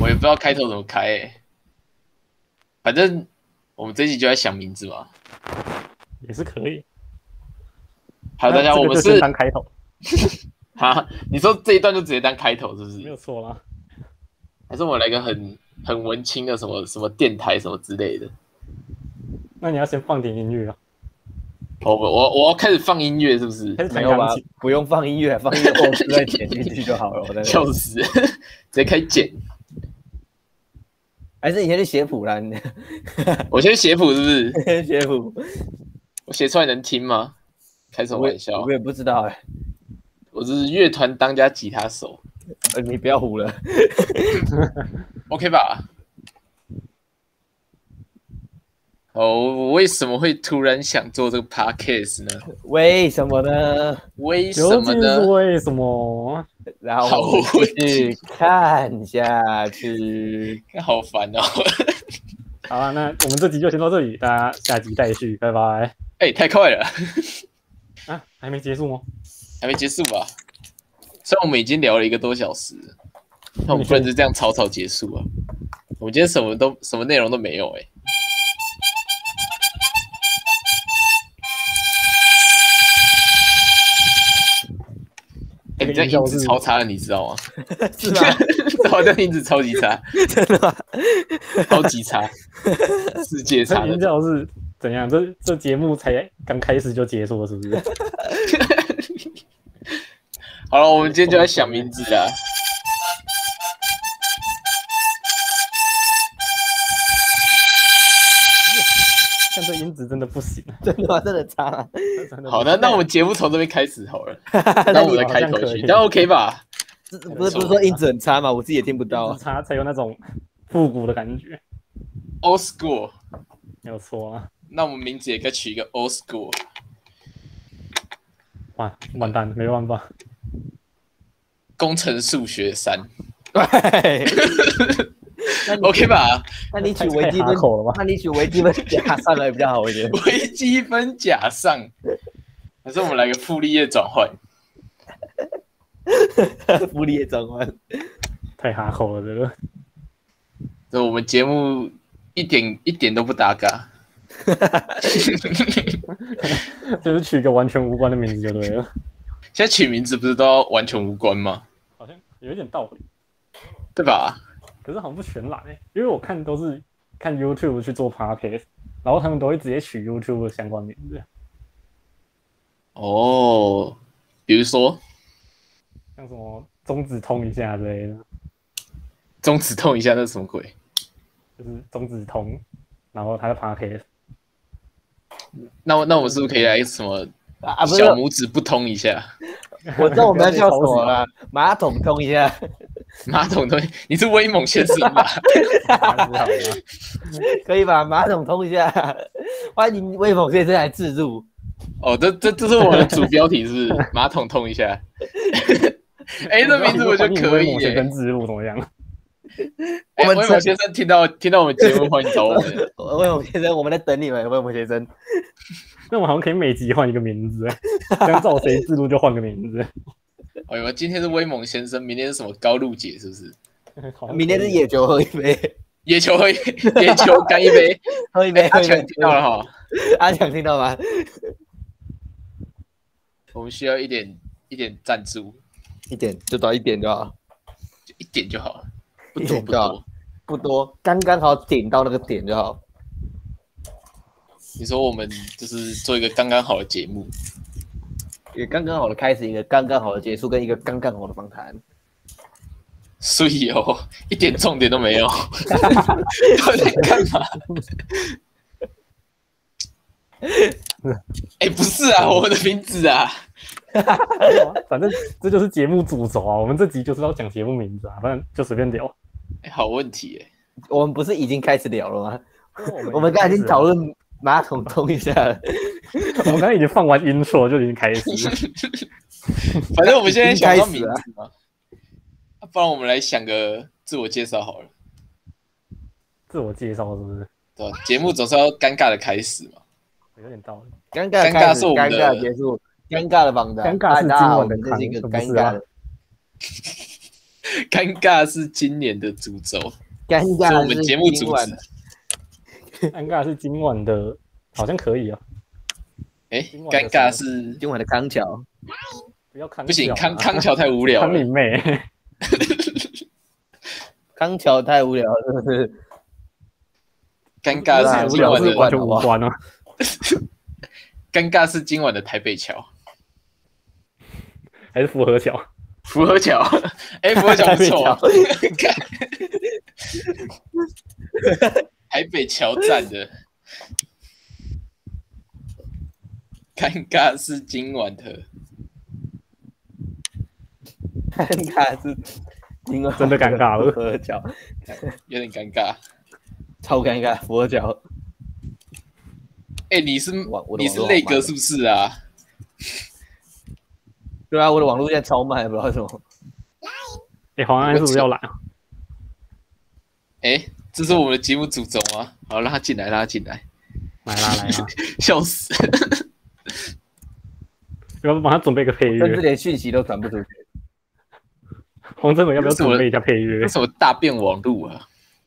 也不知道开头怎么开反正我们这一集就在想名字嘛。 也是可以。 好，大家我们是当开头。 你说这一段就直接当开头是不是？ 没有错啦。 还是我们来个很文青的什么电台什么之类的？ 那你要先放点音乐啊。 我要开始放音乐是不是？ 没有吧？不用放音乐，放音乐后置再剪进去就好了。 笑死，直接开剪。 还是你先去写谱啦？ 我先写谱是不是？ 先写谱。 我写出来能听吗？开什么玩笑？ 我也不知道我是乐团当家吉他手。 你不要胡了。 OK 吧？我为什么会突然想做这个 podcast 呢？ 为什么呢？ 为什么呢？ 为什么？ 然后我们继续看下去。 好烦哦！ 好啊，那我们这集就先到这里，大家下集待续，拜拜。 太快了啊，还没结束吗？ 还没结束吧？虽然我们已经聊了1个多小时，但我们不能就这样草草结束啊！我们今天什么内容都没有你这音质超差的，你知道吗？ 是吗？ 好像音质超级差， 真的吗？ 超级差，世界差的。 音效是怎样？这节目才刚开始就结束了，是不是？ 好了，我们今天就在想名字啦。 但这音质真的不行， 真的吗？真的差啊。 好的，那我们节目从这边开始好了。那我们的开头曲，这样 OK 吧？ 不是说音质很差吗？我自己也听不到。 差才有那种复古的感觉。 Old school， 没有错啊。 那我们名字也该取一个 Old school。 完蛋，没办法。 工程数学3。 对。 OK 吧？ 那你取微积分那你取微积分加上来比较好一点。 微积分加上，还是我们来个傅立叶转换？ 傅立叶转换太哈口了，这个。 这我们节目一点都不搭嘎。 就是取一个完全无关的名字就对了。 现在取名字不是都要完全无关吗？ 好像有一点道理， 对吧？ 可是好像不全然因为我看都是看 YouTube 去做 podcast， 然后他们都会直接取 YouTube 的相关名字。 哦，比如说像什么中指通一下之类的。 中指通一下那是什么鬼？ 就是中指通，然后他的 podcast。 那我们是不是可以来什么小拇指不通一下？ 我知道我们要叫什么了，马桶通一下。 马桶通，你是威猛先生吧？ 可以吧？马桶通一下，欢迎威猛先生来自入。 哦，这是我的主标题，是不是？马桶通一下。这名字我觉得可以耶。威猛先生自入怎么样？ 威猛先生听到我们节目，欢迎找我们。 威猛先生，我们在等你们，威猛先生。 那我好像可以每集换一个名字，这样照谁自录就换个名字。 哎呦，今天是威猛先生，明天是什么高露姐，是不是？ 明天是野球喝一杯， 野球干一杯， 喝一杯。 阿强听到了哈？ 阿强听到吗？ 我们需要一点赞助， 一点就到一点就好， 就一点就好， 不多，刚刚好点到那个点就好。 你说我们就是做一个刚刚好的节目， 一个刚刚好的开始，一个刚刚好的结束，跟一个刚刚好的访谈。 所以一点重点都没有，到底在干嘛？不是啊，我的名字啊。 反正这就是节目主轴啊，我们这集就是要讲节目名字啊，反正就随便聊。 好问题我们不是已经开始聊了吗？我们刚才已经讨论马桶通一下了。 我们刚才已经放完 intro 就已经开始了。 反正我们现在想到名字嘛，不然我们来想个自我介绍好了。 自我介绍是不是？ 对吧？节目总是要尴尬的开始嘛。 有点道理。 尴尬是我们的尴尬结束，尴尬的访谈。 尴尬是今晚的这是一个尴尬的。 尴尬是今年的主轴， 尴是尬我们节目主旨。 尴尬是今晚的，好像可以啊。 尴尬是今晚的康桥， 不要看， 不行，康桥太无聊康你了。 妹！ 康桥太无聊了，是不是？ 尴尬是无聊今晚的， 是完全无关啊。 尴尬是今晚的台北桥， 还是福和桥？ 福和桥，福和桥不错啊。台北桥站的。尴尬是今晚的， 尴尬是今晚真的尴尬了， 福和桥有点尴尬， 超尴尬，福和桥。 你是累哥是不是啊？ 对啊，我的网络现在超慢，不知道为什么。 黄安是不是要来啊？ 这是我们的节目主轴吗？好，让他进来，让他进来。 来啦！ 笑死！ 要不要帮他准备个配乐？ 甚至连讯息都传不出去。 黄正伟要不要准备一下配乐？ 为什么大变网路啊？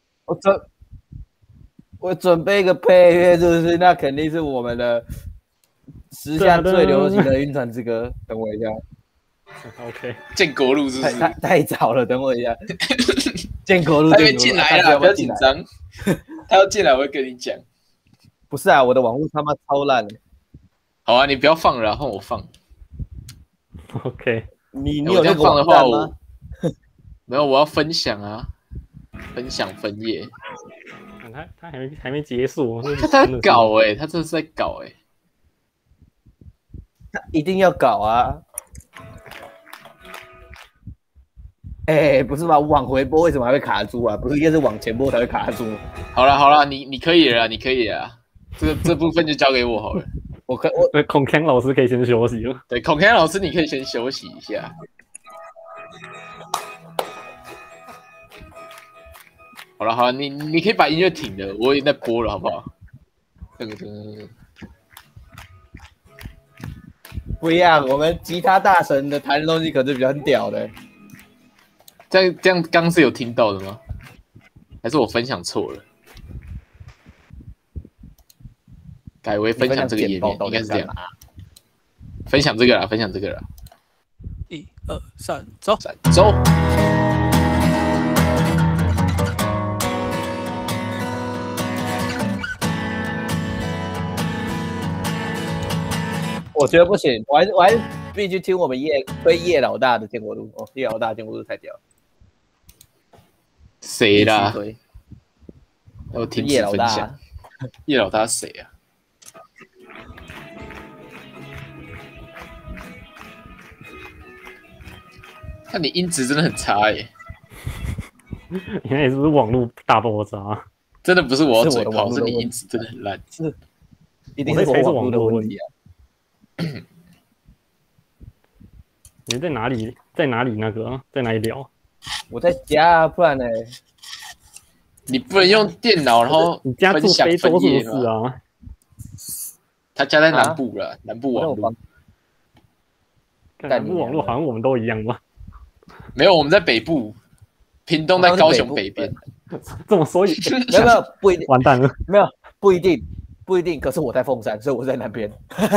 我准备一个配乐，是不是？那肯定是我们的时下最流行的《晕船之歌》。等我一下。 OK。 建国路是不是？ 太早了，等我一下。建国路。 他没进来了，不要紧张。他要进来，我会跟你讲。 不是啊，我的网络他妈超烂的。 好啊，你不要放了，换我放。 OK。 你有那个放的话， 我没有，我要分享啊，分享分页。 他还没结束， 他在搞他真的是在搞他一定要搞啊！不是吧？往回播为什么还会卡住啊？不是应该是往前播才会卡住？ 好了，你可以了，你可以了，这部分就交给我好了。 孔锵老师可以先休息了。 对，孔锵老师你可以先休息一下。好了，你可以把音乐停了，我已经在播了，好不好？ 不一样，我们吉他大神的弹的东西可是比较很屌的。 这样刚是有听到的吗？还是我分享错了？改为分享这个页面，应该是这样。分享这个啦。1、2、3，走。 我觉得不行，我还是必须听我们叶老大的建国路哦，叶老大的建国路太屌了。 谁啦？我停止分享。叶老大谁啊？那你音质真的很差你看你是不是网络大爆炸？ 真的不是我要嘴炮，是你音质真的很烂。 一定是我网络的问题啊！ 你在哪里？在哪里？那个在哪里聊？ 我在家，不然呢？ 你不能用电脑，然后你家住非洲是不是啊？ 他家在南部了，南部网络。 南部网络好像我们都一样吧？ 没有，我们在北部，屏东在高雄北边。 这么说也没有不一定， 完蛋了。 没有不一定，可是我在凤山，所以我在南边。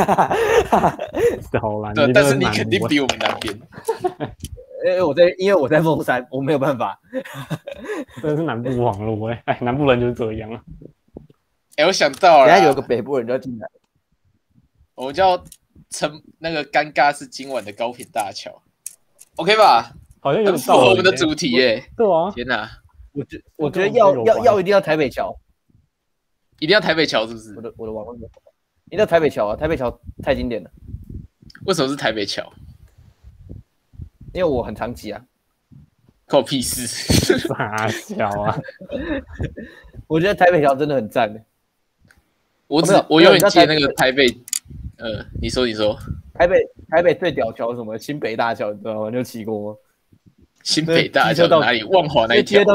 好烂， 对，但是你肯定比我们南边。 因为我在凤山，我没有办法。 真的是南部网络南部人就是这样啊。 我想到了， 等下有个北部人就要进来。 我们叫称那个尴尬是今晚的高屏大桥 ，OK 吧？ 好像有点符合我们的主题耶。 对啊， 天哪！ 我觉得要一定要台北桥， 一定要台北桥是不是？ 我的网络一定要台北桥啊！台北桥太经典了。 为什么是台北桥？ 因为我很长期啊。 关我屁事！ 傻笑啊！ 我觉得台北桥真的很赞的。 我永远记得那个台北，你说， 台北最屌桥是什么？新北大桥，你知道吗？你有骑过吗？ 新北大桥哪里？万华那一条。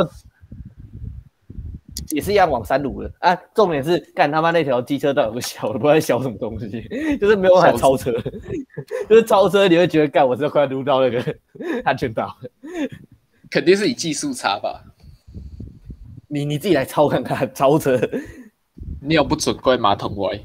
也是一样往山路的啊。重点是干他妈那条机车道有个小的，不知道在小什么东西，就是没有办法超车，就是超车你会觉得干我是快撸到那个安全岛。 肯定是你技术差吧？ 你自己来抄看看，抄着。 尿不准怪马桶歪。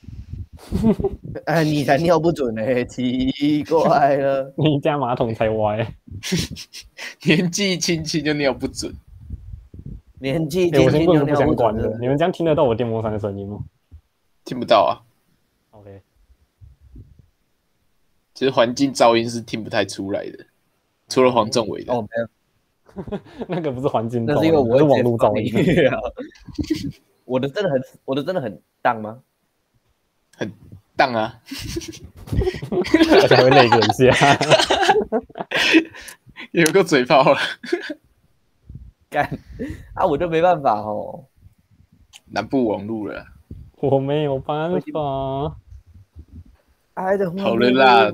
你才尿不准呢，奇怪了。 你家马桶才歪。 年纪轻轻就尿不准。 年纪我先问个不轻就尿不相关的， 准。 你们这样听得到我电风扇的声音吗听不到啊。 ？OK， 其实环境噪音是听不太出来的，除了黄政伟的。 哦，没有， 那个不是环境那噪音， 是因为我会是网络噪音。 我的真的很荡吗？ 很荡啊， 而且还会累个一下。 有个嘴炮了。 干啊，我就没办法哦。 南部网路了。 我没有办法。 好了啦，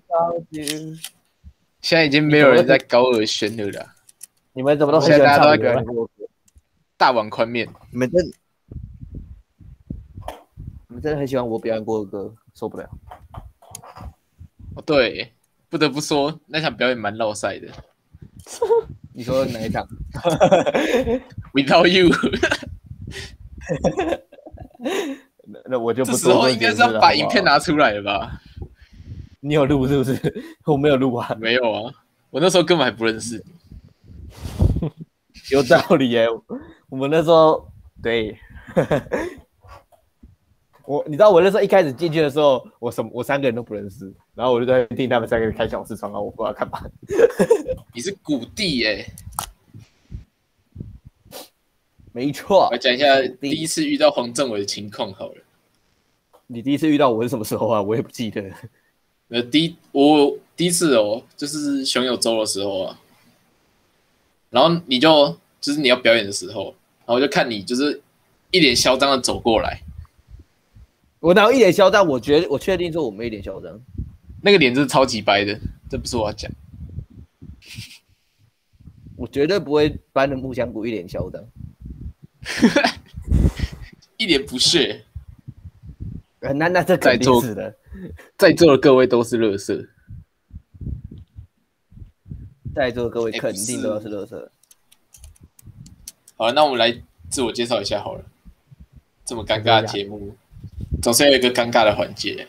现在已经没有人在高尔宣了啦。 你们怎么都很喜欢唱表演过歌？ 大碗宽面， 你们真的很喜欢我表演过的歌，受不了。 哦，对，不得不说那场表演蛮落赛的。 你说哪一场 ？Without You 那我就不这时候应该是要把影片拿出来了吧？ 你有录是不是？我没有录啊。 没有啊，我那时候根本还不认识你。 有道理耶，我们那时候对。你知道我那时候一开始进去的时候，我3个人都不认识，然后我就在听他们3个人开小视窗，然后我不知道干嘛。 你是谷地耶。 没错。 我讲一下第一次遇到黄政伟的情况好了。 你第一次遇到我是什么时候啊？我也不记得。 我第一次哦，就是熊友周的时候啊。然后就是你要表演的时候，然后我就看你就是一脸嚣张的走过来。 我哪有一脸嚣张？我确定说我没一脸嚣张。 那个脸就是超级白的，这不是我要讲。 我绝对不会搬着木香谷一脸嚣张。 一脸不屑。 那这肯定是的。 在座的各位都是垃圾。 在座的各位肯定都是垃圾。 好了，那我们来自我介绍一下好了。这么尴尬的节目，总是要有一个尴尬的环节。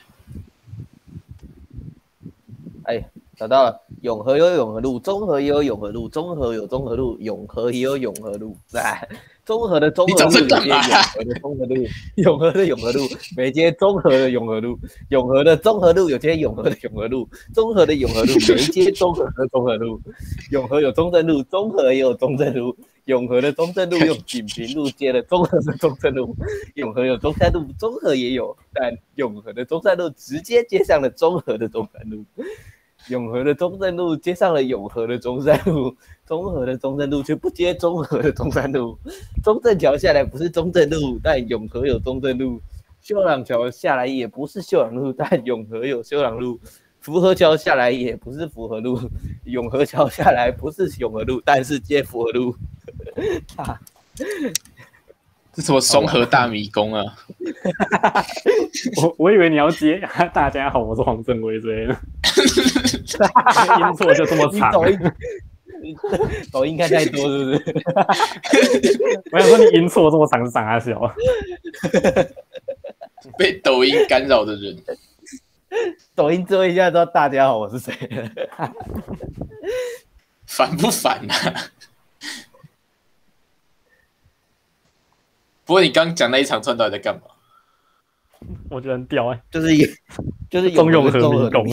哎，找到了，永和有永和路，中和也有永和路，中和有中和路，永和也有永和路，哎，中和的中和路有接永和的中和路，永和的永和路没接中和的永和路，永和的中和路有接永和的永和路，中和的永和路没接中和的中和路，永和有中正路，中和也有中正路。永和的中正路用锦屏路接了中和的中正路，永和有中山路，中和也有，但永和的中山路直接接上了中和的中山路，永和的中正路接上了永和的中山路，中和的中正路却不接中和的中山路，中正桥下来不是中正路，但永和有中正路，秀朗桥下来也不是秀朗路，但永和有秀朗路。福和桥下来也不是福和路，永和桥下来不是永和路，但是接福和路。 这什么双河大迷宫啊？ 我以为你要接大家好，我是黄正伟之类的。音错就这么长。 抖音看太多是不是？ 我想说你音错这么长是啥小？ 被抖音干扰的人。 抖音之后一下知道大家好，我是谁了。 烦不烦啊？不过你刚讲那一长串到底在干嘛？ 我觉得很屌哎， 就是中永和迷宫。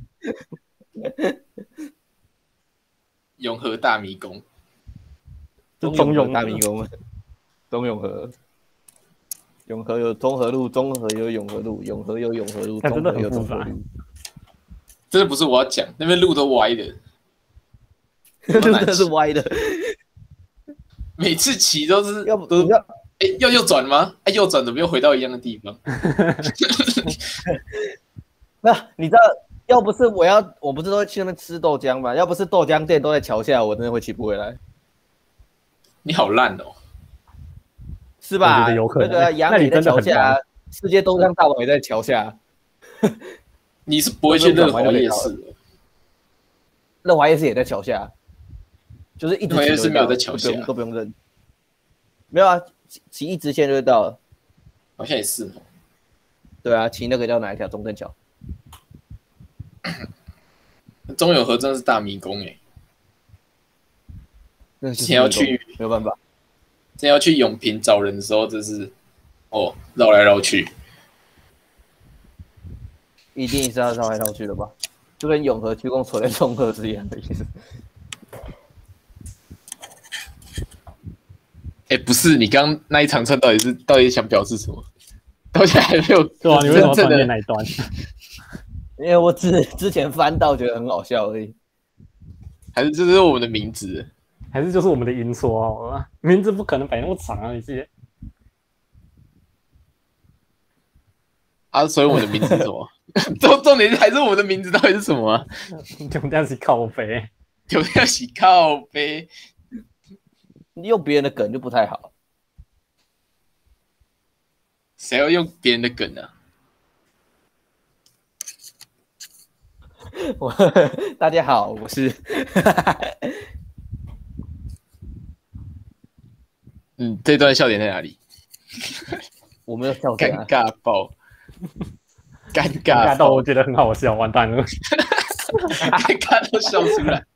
永和大迷宫。 中永大迷宫。中永和。永和有中和路，中和有永和路，永和有永和路，中和有中和路。 真的不是我要讲，那边路都歪的， 路都是歪的。 每次骑都是都要右转吗？右转怎么又回到一样的地方？ 那你知道，要不是我不是都去那边吃豆浆吗？要不是豆浆店都在桥下，我真的会骑不回来。 你好烂哦。 是吧？ 我觉得有可能。 那个杨梅在桥下，世界豆浆大王也在桥下。 你是不会去乐华夜市的？ 乐华夜市也在桥下， 就是一直因为是没有在在桥下， 都不用认。没有啊，骑一直线就会到了。 好像也是。 对啊，骑那个叫哪一条中正桥？ 中永和真的是大迷宫之前要去没有办法， 之前要去永平找人的时候，真是绕来绕去。 一定是要绕来绕去的吧？就跟永和区公所在中和是一样的意思。 不是，你刚那一长串到底想表示什么？到现在还没有。 对啊，你为什么要专念那一段？ 因为我之前翻到觉得很好笑而已。 还是这是我们的名字？ 还是就是我们的音错好了？名字不可能摆那么长啊！你自己所以我们的名字是什么？重点还是我们的名字到底是什么啊？ 就这样子靠背， 就要洗靠背。 你用别人的梗就不太好。 谁要用别人的梗啊？ 大家好，我是这段笑点在哪里？ 我没有笑点尴尬爆，尴尬到我觉得很好笑，完蛋了， 尴尬到笑出来。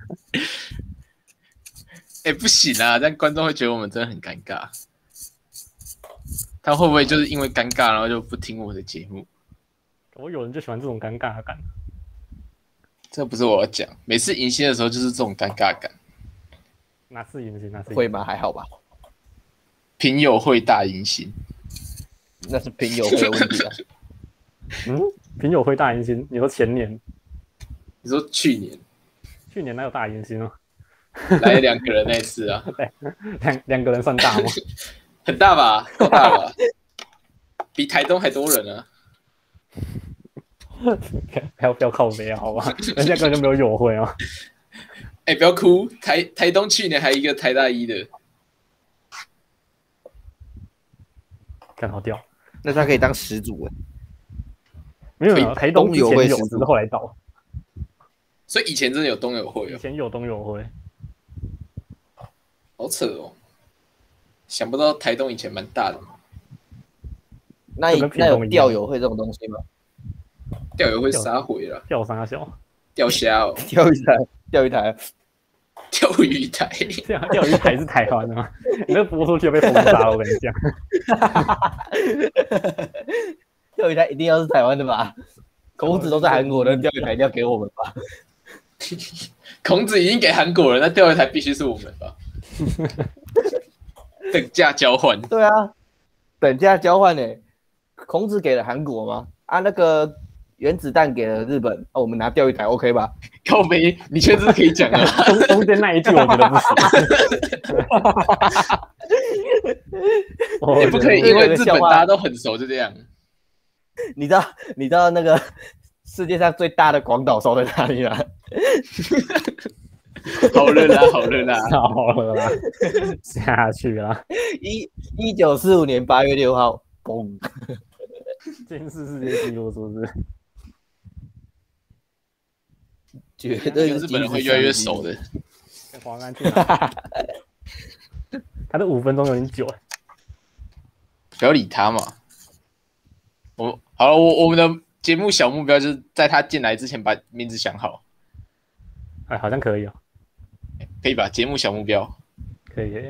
不行啊，这样观众会觉得我们真的很尴尬。他会不会就是因为尴尬，然后就不听我的节目？ 我有人就喜欢这种尴尬的感。 这不是我要讲，每次迎新的时候就是这种尴尬感。 哪次迎新？哪次会吗？还好吧。 评友会大迎新， 那是评友会的问题啊。 评友会大迎新？你说前年？ 你说去年？ 去年哪有大迎新哦？ 来2个人那次啊。 两个人算大吗？ 很大吧，够大了吧，比台东还多人啊！ 不要靠北啊，好吧，人家根本就没有友会啊。 不要哭，台东去年还一个台大一的， 看好掉。 那他可以当始祖哎。 没有，台东之前有，只是后来倒。 所以以前真的有东友会以前有东友会， 好扯哦！想不到台东以前蛮大的。 那有钓友会这种东西吗？ 钓友会杀回了， 钓啥小？ 钓虾哦， 钓鱼台， 钓鱼台， 钓鱼台是台湾的吗？你那播出去被封杀，我跟你讲。 钓鱼台一定要是台湾的吧？孔子都在韩国的，钓鱼台一定要给我们吧？ 孔子已经给韩国人，那钓鱼台必须是我们吧？等价交换。 对啊，等价交换欸。孔子给了韩国吗？那个原子弹给了日本，我们拿钓鱼台 OK 吧？ 靠北，你确实可以讲啊。 中间那一句我觉得不行。 也不可以，因为日本大家都很熟，就这样。 你知道那个世界上最大的广岛烧在哪里吗？ 好了啦，好了啦， 好了啦，下去啦。 1945年8月6号，嘣！ 金氏世界纪录是不是？ 绝对是日本人会越来越熟的。 跟黄安去哪？他的5分钟有点久哎。 不要理他嘛。好了，我们的节目小目标就是在他进来之前把名字想好。 好像可以哦。 可以吧？节目小目标可以。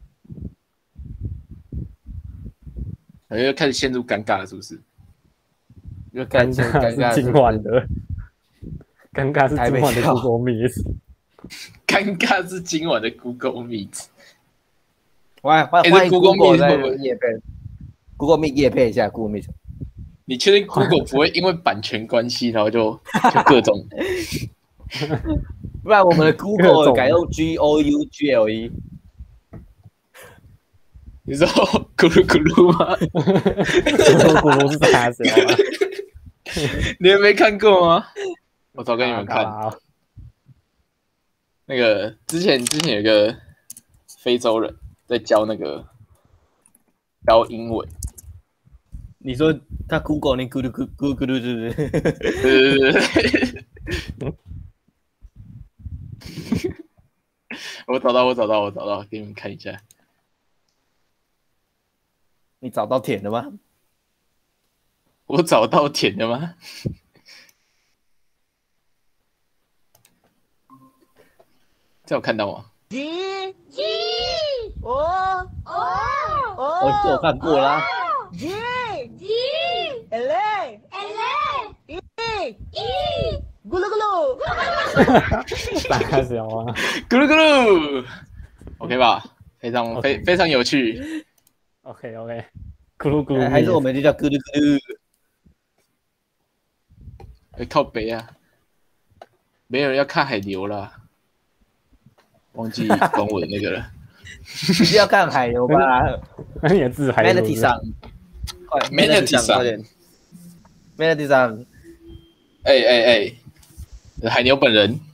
我就开始陷入尴尬了，是不是？ 尴尬是今晚的，尴尬是今晚的 Google Meet， 尴尬是今晚的 Google Meet。 欢迎 Google Meet 在业配 ，Google Meet 业配一下 Google Meet。 你确定 Google 不会因为版权关系，然后就各种？ 不然我们的 Google 改用 GOUGLE。 你知道咕噜咕噜吗？ 咕噜是啥时候啊？ 你们没看过吗？我找给你们看。那个之前有一个非洲人在教英文。 你说他 Google 那咕噜咕噜咕噜是不是？ 对。 我找到，给你们看一下。 你找到舔了吗？ 我找到舔的吗？这有看到吗？ 这我看过啦。 咕噜咕噜， 大开始啊！ 咕噜咕噜 ，OK 吧？非常有趣。 OK，咕噜咕噜， 还是我们就叫咕噜咕噜。 靠北啊！没有人要看海流啦，忘记管我的那个了。 一定要看海流吧？ 那你的字海流 Melody 上，快 Melody 上快点 ，Melody 上。 哎，海牛本人。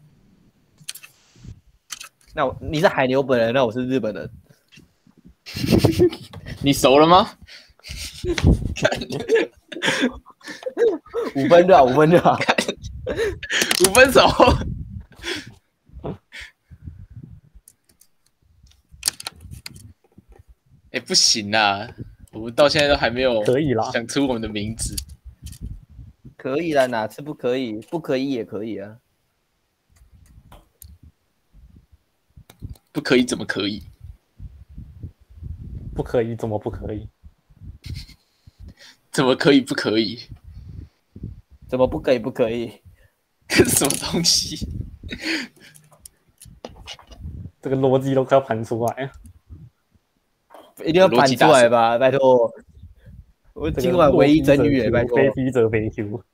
那你是海牛本人，那我是日本人。 你熟了吗 ？5分就好，5分就好。 5分熟。哎，不行啊！我们到现在都还没有可以啦， 想出我们的名字。 可以啦，哪次不可以？不可以也可以啊。 不可以怎么可以？ 不可以怎么不可以？ 怎么可以不可以？ 怎么不可以不可以？ 这是什么东西？ 这个逻辑都快要盘出来了， 一定要盘出来吧，拜托！我今晚唯一真语，拜托。 非 P 则非 Q。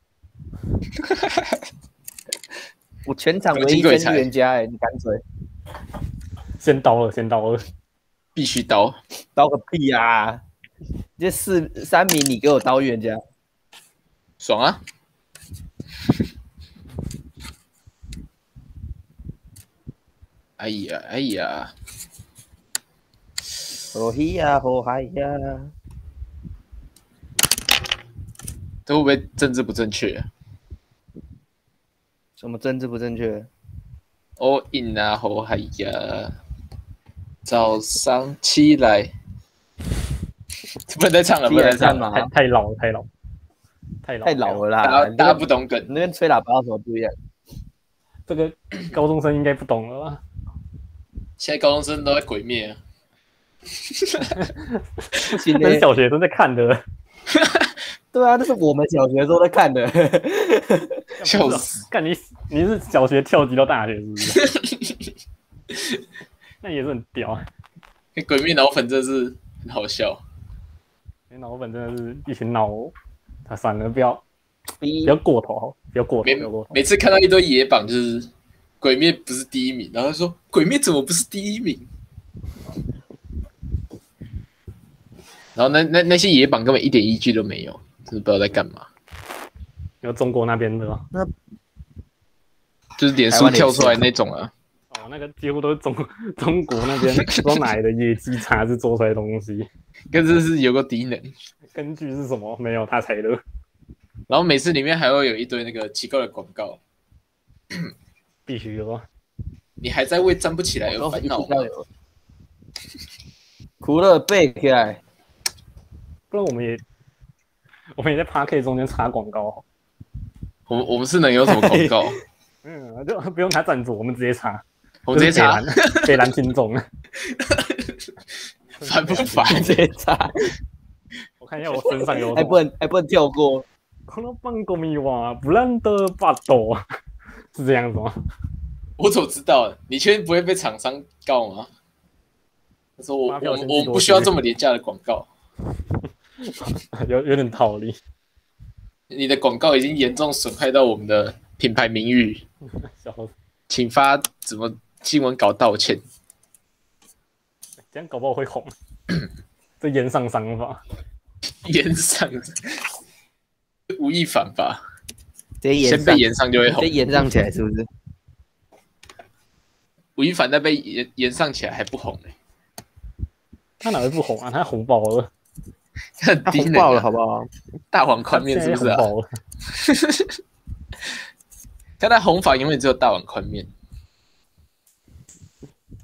我全场唯一真预言家，你干脆先刀了， 必须刀个屁啊！这3名你给我刀预言家， 爽啊！哎呀！ 哦嘿呀，哦嗨呀！ 这会不会政治不正确啊？ 什么政治不正确？ 哦in啊，哦嗨呀！早上起来，不能再唱了，不能再唱了， 太老了啦！ 大家不懂梗， 那边吹喇叭有什么不一样？ 这个高中生应该不懂了吧？ 现在高中生都在鬼灭啊！ 那是小学生在看的。 对啊，那是我们小学时候在看的。 笑死！ 干你是小学跳级到大学是不是？那也是很屌。 鬼灭脑粉真的是很好笑。 脑粉真的是一群脑，他算了，不要过头，不要过头。 每次看到一堆野榜，就是鬼灭不是第一名，然后说鬼灭怎么不是第一名？然后那些野榜根本一点依据都没有，真是不知道在干嘛。 有中国那边的吗？ 那就是脸书跳出来那种啊。 哦，那个几乎都是中国那边不知道哪来的野鸡茶是做出来的东西， 跟这是有个低能。 根据是什么？没有，他猜的。 然后每次里面还会有一堆那个奇怪的广告， 必须的。 你还在为站不起来而烦恼吗？ 苦乐背起来， 不然我们也在 Park 中间插广告。 我们是能有什么广告？ 就不用他赞助，我们直接插。 我们直接插北蓝听众。 烦不烦？ 直接插。 我看一下我身上有， 还不能跳过。 この番組はブランドバット，是这样子吗？ 我怎么知道？你确定不会被厂商告吗？他说我们不需要这么廉价的广告。 有点道理。 你的广告已经严重损害到我们的品牌名誉，请发什么新闻稿道歉。 这样搞不好会红。这延上商法， 延上吴亦凡吧？ 先被延上就会红， 先延上起来是不是？ 吴亦凡在被延上起来还不红欸？ 他哪会不红啊？他红爆了。 他红爆了，好不好？ 大碗宽面是不是啊？看他红法永远只有大碗宽面。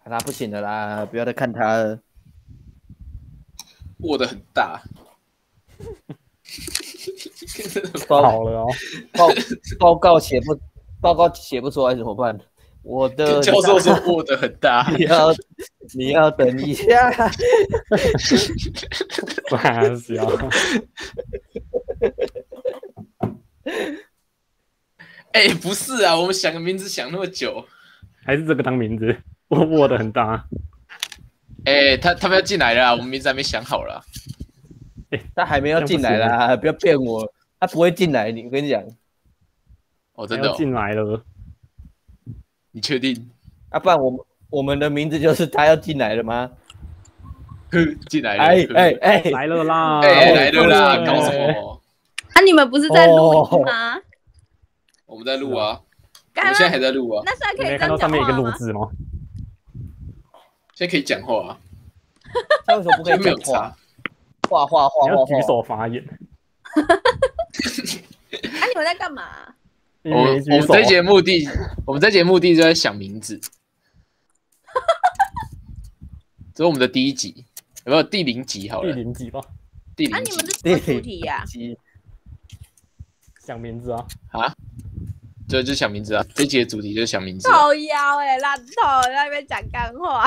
他不行了啦，不要再看他了。 握得很大。 好了哦， 报告写不出来怎么办？我的跟教授说握得很大。 你要等一下。 傻笑。 哎、不是啊，我们想个名字想那么久。 还是这个当名字，握得很大。 哎、他们要进来了啊，我们名字还没想好啦。 他还没有进来啦，不要骗我，他不会进来。我跟你讲， 哦，真的、哦、 进来了。 你确定？ 啊，不然我们的名字就是他要进来了吗？ 进来了， 来了啦！ 来了啦！搞什么？ 啊，你们不是在录音吗？ 我们在录啊，我们现在还在录啊。 那现在可以看到上面一个录字吗？ 现在可以讲话啊。 他为什么不可以讲话？画， 你要举手发言。 啊，你们在干嘛？ 我们这节目的目的就在想名字。这是我们的第1集，有没有第0集好了？ 第0集吧。 第0集。 啊，你们这什么主题呀？ 想名字啊！ 啊？就想名字啊！这集的主题就是想名字。 靠腰哎，烂透，在那边讲干话。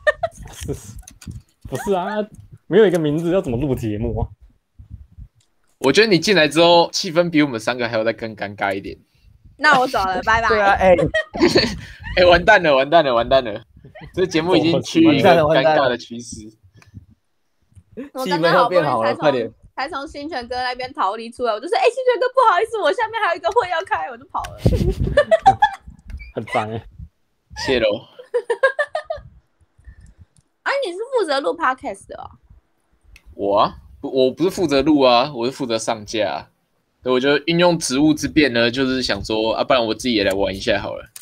不是啊，没有一个名字要怎么录节目啊？ 我觉得你进来之后，气氛比我们3个还要再更尴尬一点。 那我走了，拜拜。 对啊， 完蛋了！这节目已经趋于一个尴尬的趋势。 我刚刚好不容易才从新泉哥那边逃离出来，我就说：“新泉哥，不好意思，我下面还有一个会要开，我就跑了。” 很烦哎， 谢喽。 啊，你是负责录 podcast 的哦？ 我不是负责录啊，我是负责上架啊。所以我就运用职务之便呢，就是想说啊，不然我自己也来玩一下好了。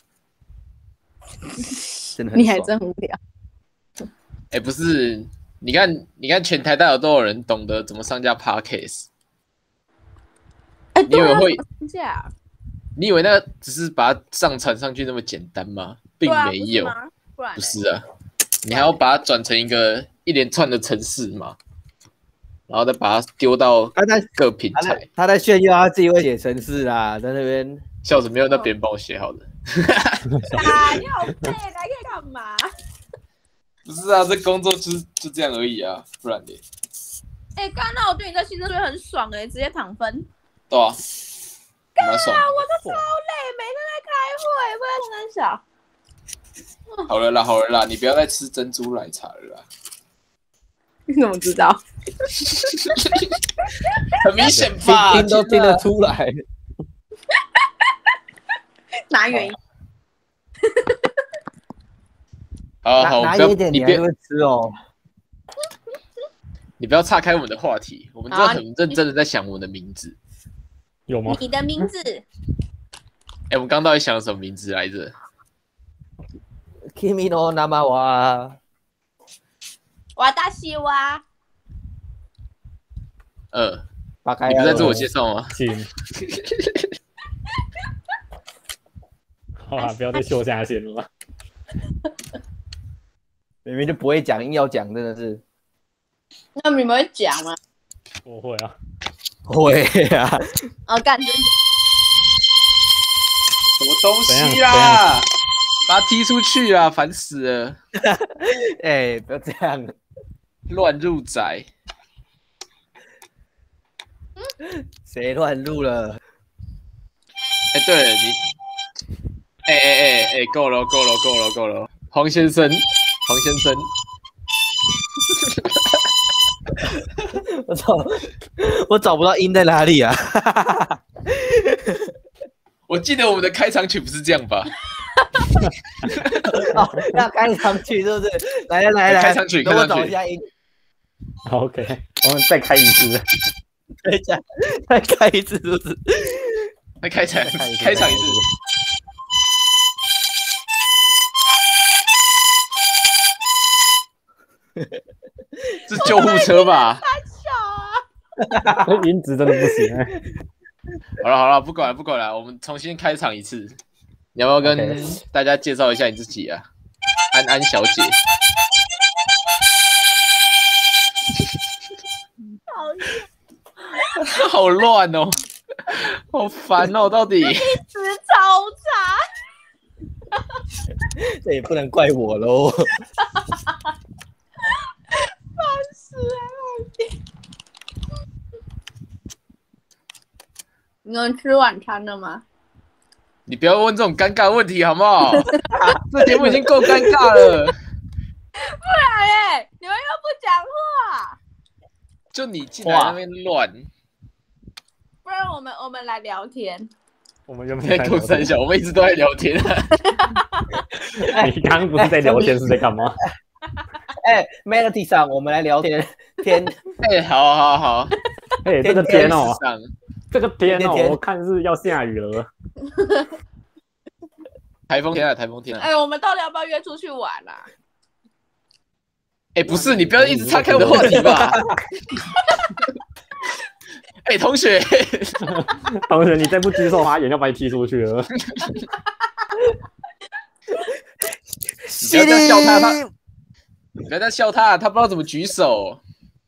真的很爽， 你还真无聊。 哎，不是，你看全台大有多少人懂得怎么上架 podcast？ 哎， 你以为会上架？ 你以为那个只是把它上传上去那么简单吗？并没有，不是啊，你还要把它转成一连串的程式嘛，然后再把它丢到各平台。 他在炫耀他自己会写程式啊，在那边笑什么？那别人帮我写好的。 啊，你好废，来可以干嘛？ 不是啊，这工作就这样而已啊，不然的。 哎，刚刚我对你在新生队很爽哎，直接躺分。 对啊，蛮爽。 我都超累，每天在开会，不知道从哪小。 好了啦，你不要再吃珍珠奶茶了啦。 你怎么知道？ 很明显吧， 听都听得出来。 哪原因？ 好， 拿一点你还会吃哦。 你不要岔开我们的话题，我们真的很认真的在想我们的名字。 有吗？ 你的名字？ 哎，我们刚到底想了什么名字来着 ？Kimi no nama wa。 watashi wa。 你不在自我介绍吗？ 请。好啦，不要再秀下限了。 明明就不会讲，硬要讲，真的是。 那你们会讲吗？ 我会啊。 会啊。 哦，干真。 什么东西啦？把他踢出去啊！烦死了！ 哎，不要这样， 乱入宅。 谁乱入了？ 哎，对了，你，够了，黄先生， 我找不到音在哪里啊！ 我记得我们的开场曲不是这样吧？ 哦，要开场曲是不是？来， 开场曲， 给我找一下音。 OK，我们再开一次。 再开一次是不是？ 再开场一次。是救护车吧？ 音质真的不行哎。 好了，不管了，我们重新开场一次。你要不要跟大家介绍一下你自己啊？ 安安小姐。好乱哦，好烦哦，到底。 音质超差。 这也不能怪我喽。 烦死了！你们吃晚餐了吗？ 你不要问这种尴尬的问题好不好？这节目已经够尴尬了。 不然你们又不讲话。 就你进来那边乱。 不然我们来聊天。 我们原本在够三小，我们一直都在聊天啊。 你刚刚不是在聊天，是在干嘛？ Melody 上，我们来聊天。 好。 这个天哦，这个天哦， 天我看是要下雨了。 台风天啊！ 我们到底要不要约出去玩啊？ 不是，你不要一直岔开我的话题吧。同学， 你再不举手，发言要把你踢出去了。 不要再笑他，不要再笑他，他不知道怎么举手。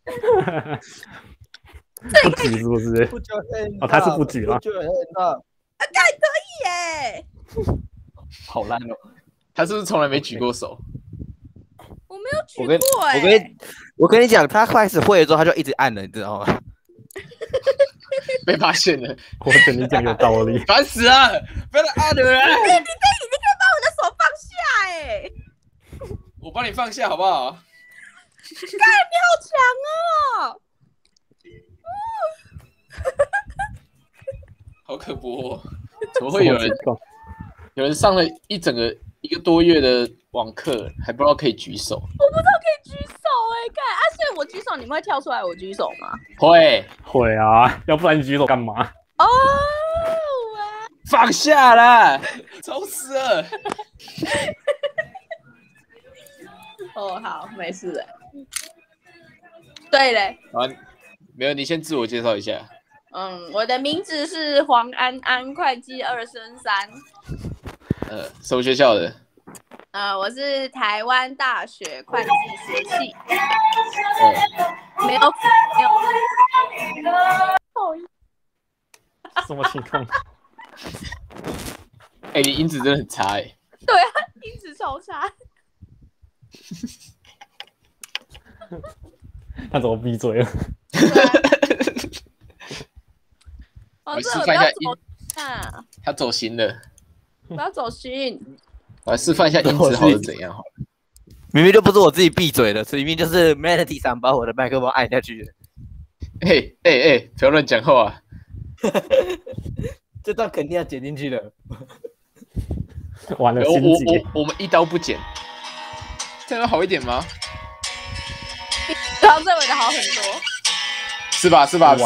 不举是不是？他是不举了。 可以耶！ 好烂哦！ 他是不是从来没举过手？ 我没有举过我跟你讲，他开始会了之后，他就一直按了，你知道吗？ 被发现了， 我跟你讲有道理， 烦死了！不要再按了啦！ 你可以把我的手放下我帮你放下好不好？ 干，你好强哦！ 好可播哦！怎么会有人上了一个多月的网课，还不知道可以举手？ 我不知道可以举手干所以我举手，你们会跳出来我举手吗？ 会啊，要不然你举手干嘛？ 放下啦，吵死了！ 好，没事的。对嘞。 没有，你先自我介绍一下。 我的名字是黄安安，会计2升3。 什么学校的？ 我是台湾大学会计学系。没有。 什么情况？ 你音质真的很差对啊，音质超差。 他怎么闭嘴了？ 我示范一下音。他走心了。 不要走心。 我来示范一下音质好是怎样好了。 明明就不是我自己闭嘴的，明明就是 Melody 上把我的麦克风按下去的。 不要乱讲话。 这段肯定要剪进去的。 完了， 我们一刀不剪，这样好一点吗？ 然后这尾的好很多。 是吧？ 真的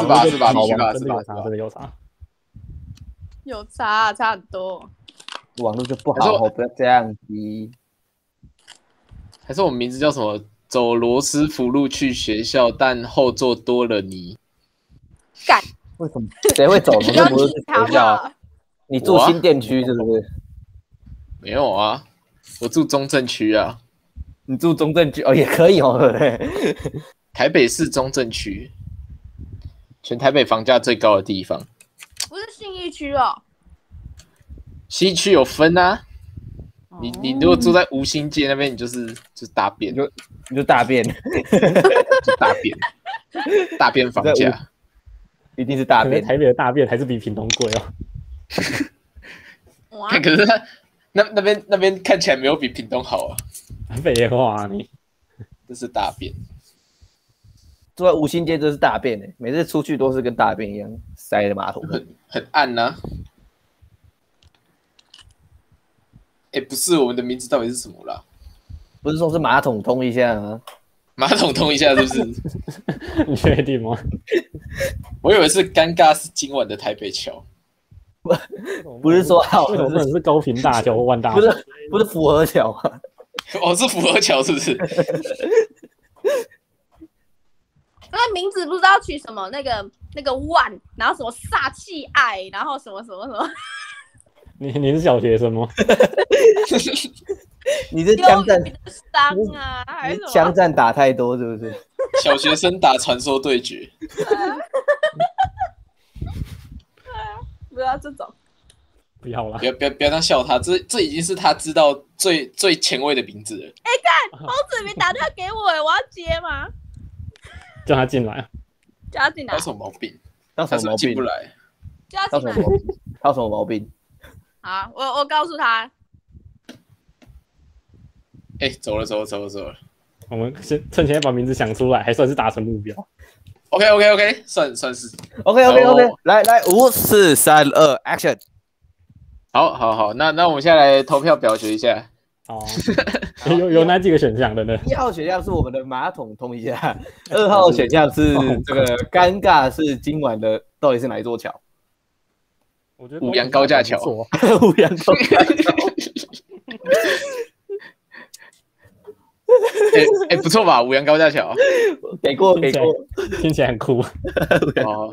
有差很多。 网络就不好，不要这样子。 还是我们名字叫什么？走罗斯福路去学校，但后座多了你。 干？ 为什么？谁会走呢？这不是学校。你住新店区是不是？ 没有啊，我住中正区啊。 你住中正区也可以对不对？ 台北市中正区，全台北房价最高的地方。 不是信义区哦。 信义区有分啊。你如果住在吴兴街那边，你就是大便， 你就大便， 就大便房价， 一定是大便。 台北的大便还是比屏东贵哦。可是那边看起来没有比屏东好啊。 废话你， 这是大便。 住在吴兴街就是大便每次出去都是跟大便一样塞的马桶， 很暗啊。不是，我们的名字到底是什么啦？ 不是说是马桶通一下吗？ 马桶通一下是不是？ 你确定吗？ 我以为是尴尬是今晚的台北桥。 不是说好， 为什么不能是高屏大桥或万大桥？ 不是福和桥啊？ 是福和桥是不是？ 那名字不知道取什么，那个万，然后什么煞气爱，然后什么。你是小学生吗？ 你这枪战伤啊，还是什么？ 枪战打太多是不是？ 小学生打传说对决， 不要这种， 不要啦不。要这样笑他，这已经是他知道最前卫的名字了。 疯子没打电话给我，我要接吗？ 叫他进来。 叫他进来他有，什么毛病？ 他什么毛病进不？来？ 叫他进来他什么。毛病？他有什么毛病？ 好，我告诉他， 哎，走了。 我们先趁现在把名字想出来，还算是达成目标。 OK，算是。 OK，来5、4、3、2 ，Action！ 好，那我们现在来投票表决一下。 哦，有哪几个选项的呢 1号选项是我们的马桶通一下，2号选项是这个尴尬是今晚的到底是哪一座桥？ 我觉得五羊高架桥五羊高架桥。 哎，不错吧？五羊高架桥。 给过， 听起来很酷。 哦，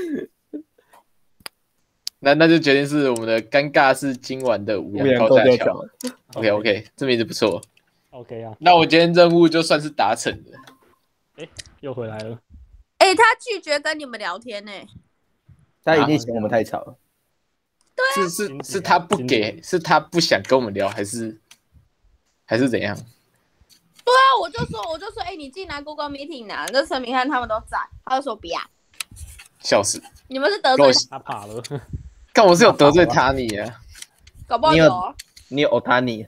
那就决定是我们的尴尬是今晚的五羊高架桥。OK， 这名字不错。 OK 啊， 那我今天任务就算是达成了。 又回来了。 他拒绝跟你们聊天呢。 他一定嫌我们太吵了。 是他不给，是他不想跟我们聊，还是怎样？ 对啊，我就说，你进来 Google Meeting 啊，那陈明翰他们都在，他就说不要。 笑死！ 你们是得罪他怕了。 看我是有得罪他你啊？ 搞不好有。 你有 Otani？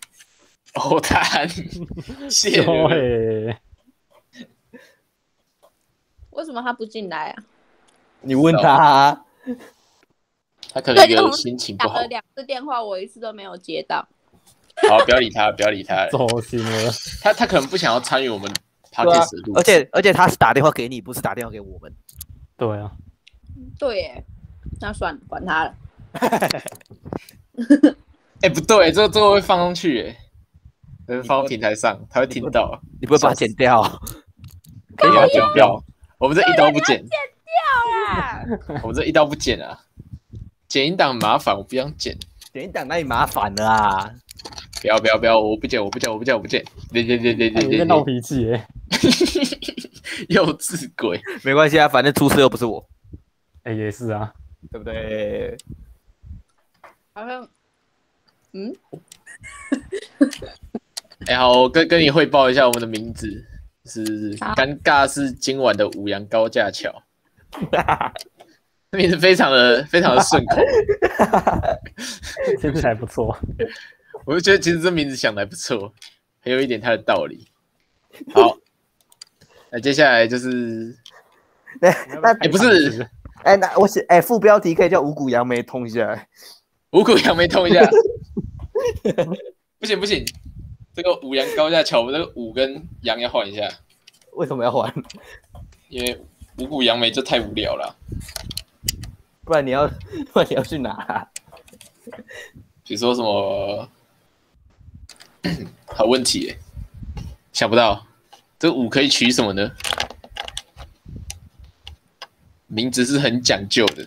谢了。 为什么他不进来啊？ 你问他啊。 他可能有心情不好。 打了2次电话，我1次都没有接到。 好，不要理他。 走心了。 他可能不想要参与我们 podcast 的录制，而且他是打电话给你，不是打电话给我们。 对啊。 对耶，那算了，管他了。 不对，这个会放上去放到平台上，他会听到。 你不会把它剪掉？ 可以把它剪掉。我们这一刀不剪。 剪掉啦！ 我们这一刀不剪啊！剪音档很麻烦，我不想剪。 剪音档那你麻烦了啊！ 不要！我不剪！ 你在闹脾气耶！ 幼稚鬼！ 没关系啊，反正出事又不是我。 也是啊， 对不对？ 好像， 好，我跟你汇报一下我们的名字是尴尬是今晚的五羊高架桥。这名字非常的顺口， 听起来不错。 我就觉得其实这名字想的还不错，很有一点它的道理。好，那接下来就是，不是， 那我写副标题可以叫五谷杨梅通一下。 五谷杨梅通一下，不行，这个五羊高架桥，我们这个五跟羊要换一下。 为什么要换？ 因为五谷杨梅就太无聊了。 不然你要去哪？ 比如说什么？好问题耶，想不到。这五可以取什么呢？名字是很讲究的。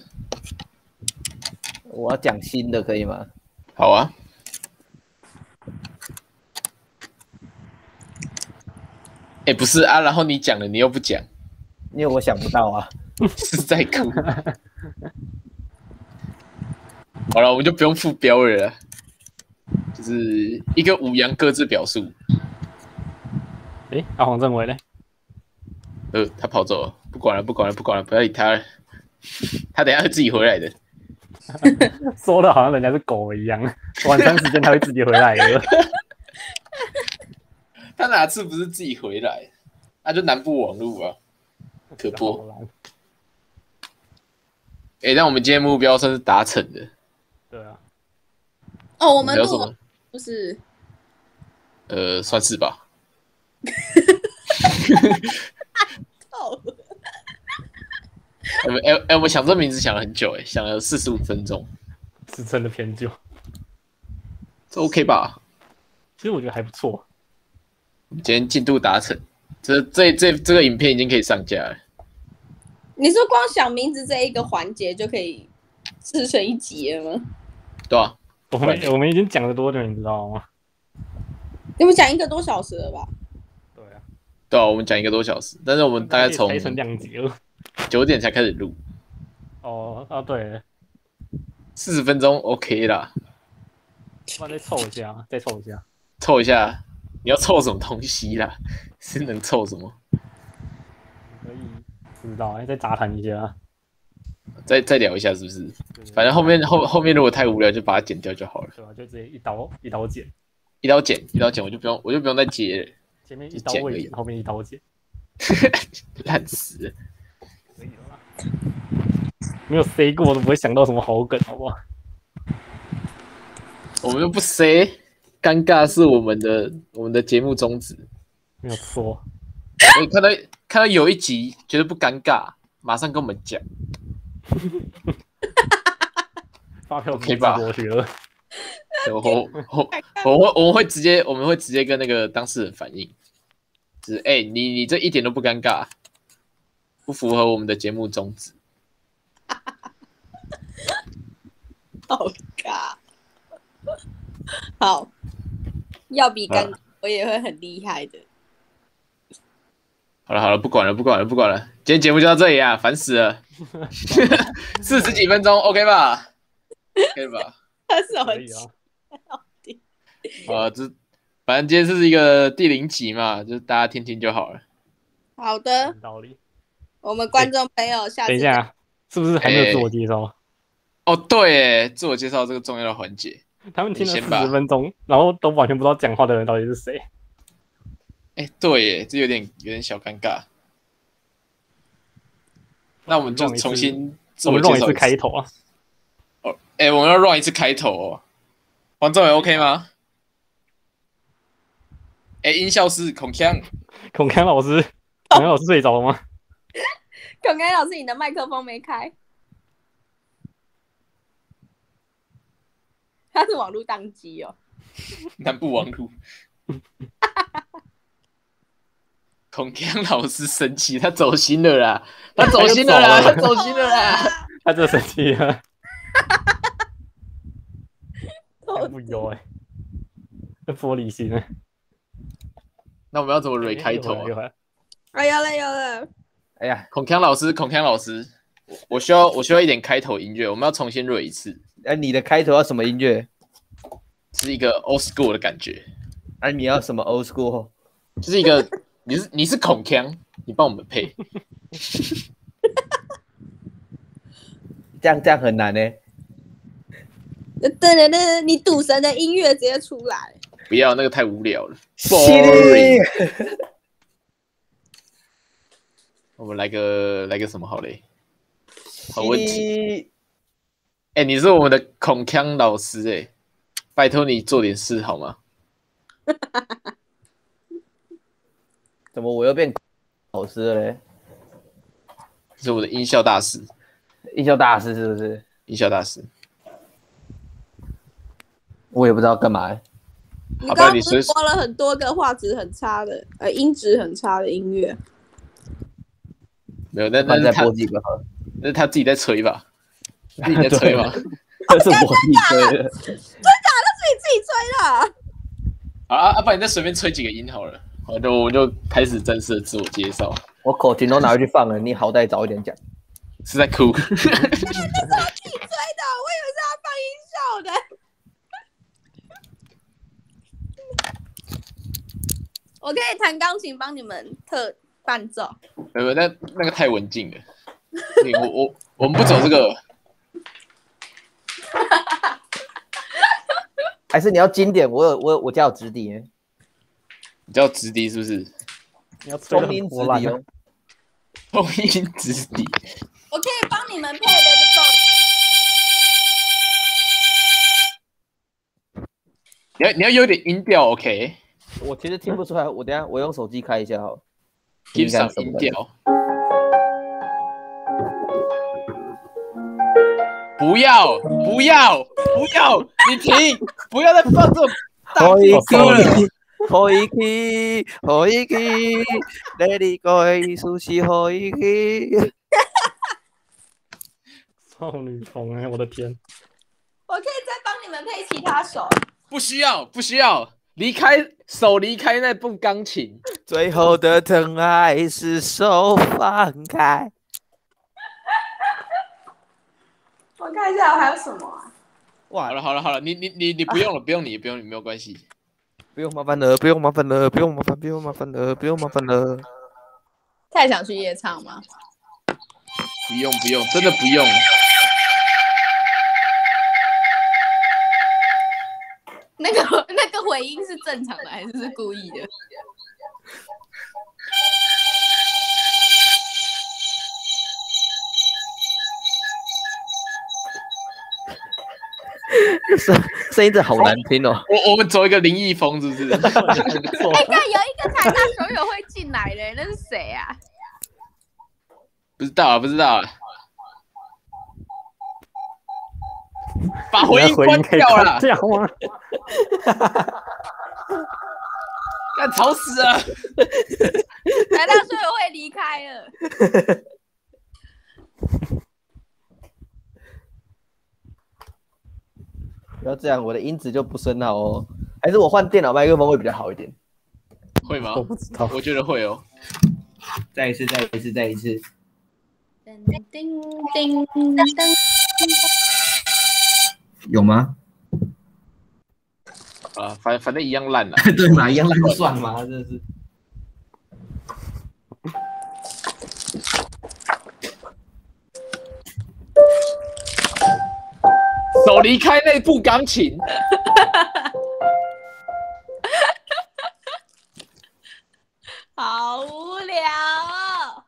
我要讲新的，可以吗？ 好啊。不是啊，然后你讲了，你又不讲， 因为我想不到啊。 是在哭。好了，我们就不用附标了，就是一个五羊各自表述。 黄政伟呢？ 他跑走了，不管了，不要理他了。他等一下会自己回来的。 说的好像人家是狗一样，晚餐时间他会自己回来的。 他哪次不是自己回来？那就南部网路啊，可播。那我们今天目标算是达成的。 对啊。 我们录不是？ 算是吧。我们想这名字想了很久，想了45分钟， 是真的偏久。 这 OK 吧？ 其实我觉得还不错。 今天进度达成，这个影片已经可以上架了。 你说光想名字这一个环节就可以制成一集了吗？ 对啊， 我们已经讲了多久，你知道吗？ 你们讲1个多小时了吧？ 对啊， 对啊，我们讲1个多小时，但是我们大概从拆成2集了。 9点才开始录对 ，40分钟 OK 啦。 不然再凑一下， 凑一下，你要凑什么东西啦？是能凑什么？ 可以不知道再杂谈一下， 再聊一下是不是？ 对反正后面如果太无聊，就把它剪掉就好了。 对吧？就直接一刀剪， 一刀剪，我就不用再接了， 前面一刀未剪，后面一刀剪， 烂死了。 可以了啦。没有 say 过都不会想到什么好梗，好不好？ 我们又不 say， 尴尬是我们的节目宗旨。 没有错。 所以看到有一集觉得不尴尬，马上跟我们讲。 发票可以吧？ 过去了。 我们会直接跟那个当事人反映，就是你这一点都不尴尬，不符合我们的节目宗旨。 好尬。好，要比尴尬，我也会很厉害的。 好了，不管了。今天节目就到这里啊，烦死了。40几分钟 ，OK 吧？可以吧？ 可以啊。 反正今天是一个第0集嘛，就大家听听就好了。 好的， 道理。 我们观众朋友，下次等一下，是不是还没有自我介绍？ 哦，对，自我介绍这个重要的环节。 他们听了40分钟，然后都完全不知道讲话的人到底是谁。 对耶，这有点小尴尬。那我们就重新自我介绍一次开头啊。 我们要 run 一次开头哦。黄宗伟 OK 吗？音效是孔锵老师睡着了吗？ 孔锵老师，你的麦克风没开，他是网络宕机哦。 南部网路。孔锵老师生气，他走心了啦！他走心了啦！ 他真的生气了。不油这玻璃心啊！ 那我们要怎么蕊开头啊？ 有了！ 哎呀， 孔锵老师，我需要一点开头音乐，我们要重新蕊一次。 你的开头要什么音乐？ 是一个 old school 的感觉。 你要什么 old school？ 就是一个你是孔锵，你帮我们配。 这样很难呢。 噔，你赌神的音乐直接出来。 不要，那个太无聊了。Boring。我们来个什么好嘞？好问题。你是我们的孔锵老师拜托你做点事好吗？ 怎么我又变老师了嘞？ 是我的音效大师。 音效大师是不是？ 音效大师。 我也不知道干嘛。 你刚刚不是播了很多个画质很差的，音质很差的音乐？ 没有，那再播几个？ 那是他自己在吹吧？自己在吹吗？ 那是我自己吹的。 真假的？是你自己吹的？ 不然你再随便吹几个音好了。我们就开始正式的自我介绍。 我口琴都拿回去放了，你好歹早一点讲。 是在哭？ 那是我自己吹的，我以为是要放音效的。我可以弹钢琴帮你们伴奏。 没有，那个太文静了。我们不走这个。 还是你要经典？我家有直笛。 你叫直笛是不是？ 你要中音直笛哦。 中音直笛。 我可以帮你们配的这种。你要有点音调 ，OK？ 我其实听不出来，我等一下我用手机开一下好。 听上音调。不要！你停！不要再放这种大歌了。 可以去，Let it go， 苏西可以去。 少女风我的天！ 我可以再帮你们配其他首。 不需要， 手离开那部钢琴， 最后的疼爱是手放开。 我看一下我还有什么啊？ 哇， 好了，你不用了，不用你，没有关系。 不用麻烦了，不用麻烦了，不用麻烦了。 太想去夜唱吗？ 不用，真的不用。 那个回音是正常的还是故意的？ 声音真的好难听哦。 我们走一个灵异风，是不是？ 哎，看有一个台大球友会进来的，那是谁啊？ 不知道啊。把回音关掉了， 这样吗？ 干吵死了！ 台大球友会离开了。 不要这样，我的音质就不是很好哦。还是我换电脑麦克风会比较好一点？ 会吗？ 我不知道， 我觉得会哦。 再一次。 叮叮叮叮。 有吗？ 啊，反正一样烂了。 对嘛，一样烂算吗？真的是。 手离开那部钢琴。 好无聊哦。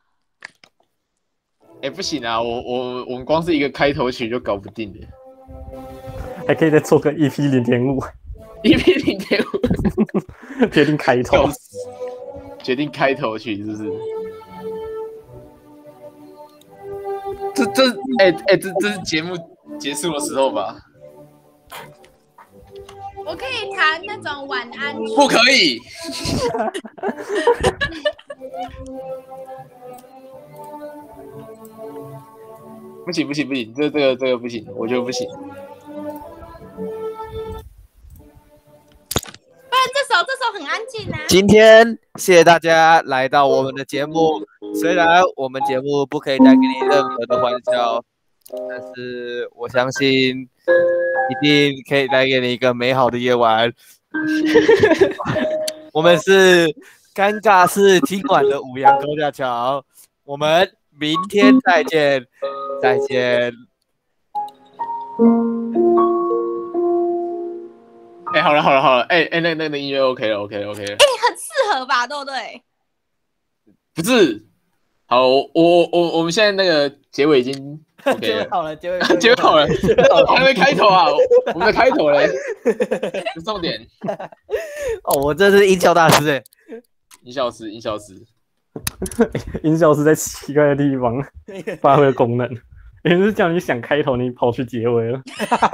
不行啊，我们光是一个开头曲就搞不定了。 还可以再做个 EP 0.5， EP 0.5， 决定开头， 决定开头曲是不是？这是节目结束的时候吧？ 我可以弹那种晚安曲。 不可以。不行，这个不行，我觉得不行。 不然这首很安静啊。 今天谢谢大家来到我们的节目，虽然我们节目不可以带给你任何的欢笑，但是我相信一定可以带给你一个美好的夜晚。我们是尴尬是今晚的五羊高架桥，我们明天再见，再见。 好了，那个音乐 OK 了。 很适合吧，对不对？ 不是，好，我们现在那个结尾已经 OK 了，结尾好了，还没开头啊，我们的开头嘞，是重点。 哦，我这是音效大师哎， 音效师， 音效是在奇怪的地方发挥功能，也是叫你想开头，你跑去结尾了。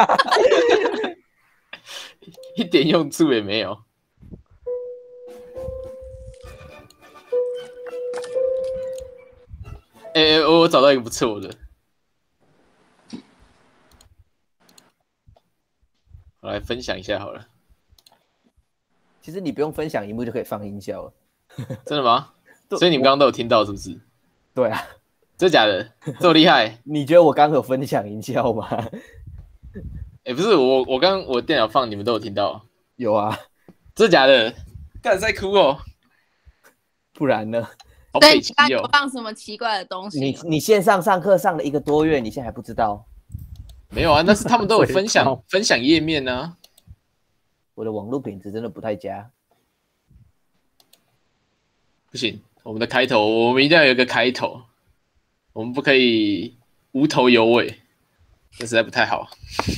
一点用处也没有。我找到一个不错的，我来分享一下好了。 其实你不用分享荧幕就可以放音效了。 真的吗？所以你们刚刚都有听到是不是？ 对啊， 真的假的？这么厉害？ 你觉得我刚刚有分享音效吗？ 不是我刚我电脑放，你们都有听到？ 有啊， 真的假的？干在哭哦？ 不然呢？ 好北齐哦！有放什么奇怪的东西？ 你线上上课上了1个多月，你现在还不知道？ 没有啊，那是他们都有分享页面呢、啊。 我的网络品质真的不太佳。 不行，我们的开头，我们一定要有一个开头，我们不可以无头有尾，这实在不太好。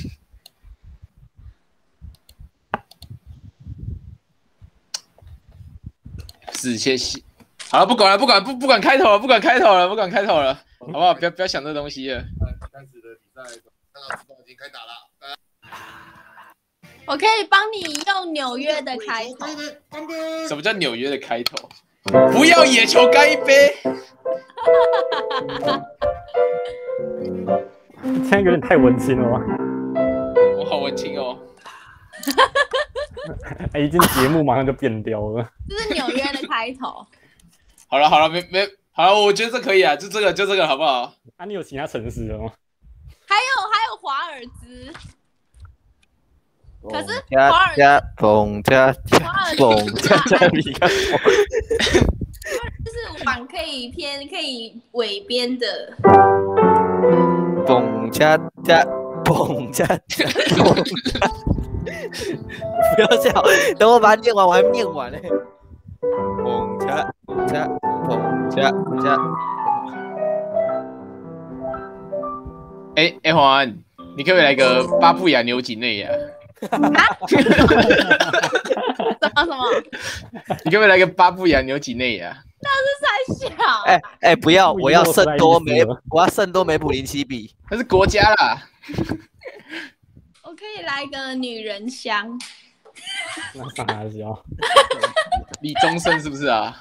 是先好了，不管开头了，不管开头了，好不好？不要想这东西了。 开始的比赛，看到直播已经开打了。 我可以帮你用纽约的开头。 什么叫纽约的开头？不要野球干一杯。 现在有点太文青了吗？ 我好文青哦。 一进节目马上就变掉了。 这是纽约的开头。 好了，好了，我觉得这可以啊，就这个好不好？ 啊，你有其他城市的吗？ 还有华尔兹。可是加华尔加蹦加加蹦加加米加就是往可以尾边的。 蹦加加蹦加加蹦加，不要笑，等我把它念完，我还没念完呢。蹦加蹦加蹦加加。 哎，黄安，你可不可以来个巴布亚纽几内亚？ 什么？ 你可不可以来个巴布亚纽几内亚？ 那是三小。 哎，不要，我要圣多美普林西比。 那是国家啦。 我可以来个女人香。 那啥笑？ 李宗盛是不是啊？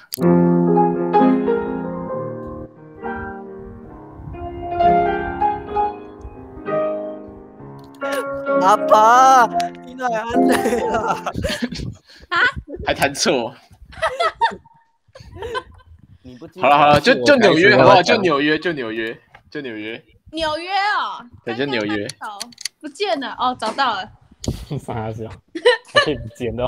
阿爸，你哪安累了？ 啊？ 还弹错。 你不好了，就纽约好不好？就纽约。 纽约哦。 对，就纽约。 不见了哦，找到了。 傻笑，还可以不见的。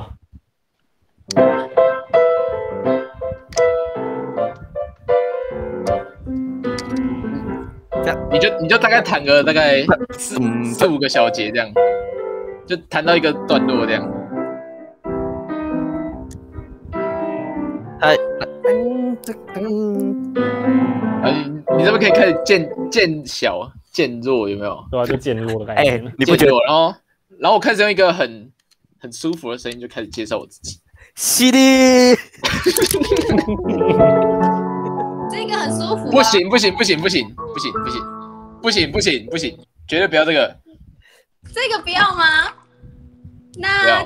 你就大概弹个大概四五个小节这样，就弹到一个段落这样。你这边可以开始渐小渐弱，有没有？ 对啊，就渐弱的感觉。 你不觉得？ 然后我开始用一个很舒服的声音就开始介绍我自己。 犀利。 这个很舒服。 不行，绝对不要这个。 这个不要吗？那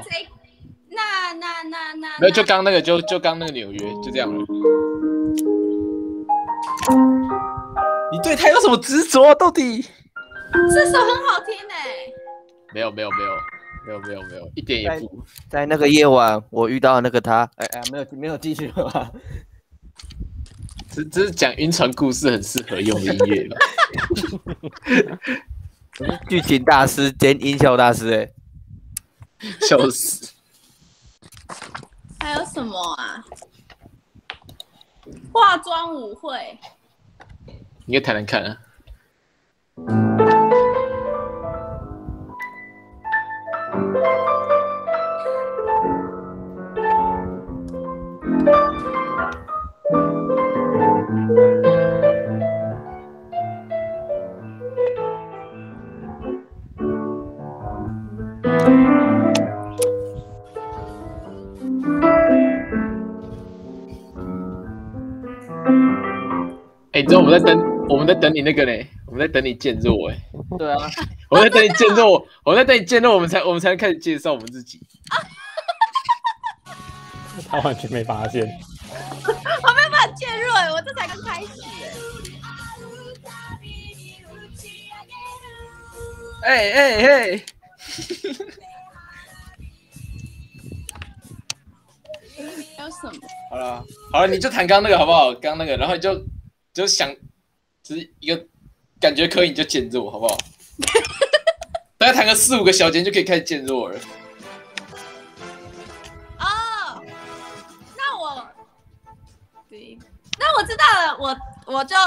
没有，就刚那个，就刚那个纽约，就这样了。你对他有什么执着？到底？ 这首很好听哎。 没有，一点也不。 在那个夜晚，我遇到那个他。没有继续了吧？ 这是讲晕船故事很适合用的音乐吧？ 剧情大师兼音效大师哎， 笑死！ 还有什么啊？化妆舞会， 你可以弹弹看啊。你知道我们在等你那个呢，我们在等你渐弱哎。 对啊， 我在等你渐弱，我们才能开始介绍我们自己。 他完全没发现。 我没办法渐弱哎，我这才刚开始哎。 还有什么？ 好了，你就弹刚那个好不好？刚那个，然后你就想，只是一个感觉可以，你就渐弱好不好？大概弹个4、5个小节就可以开始渐弱了。 哦，那我知道了，我就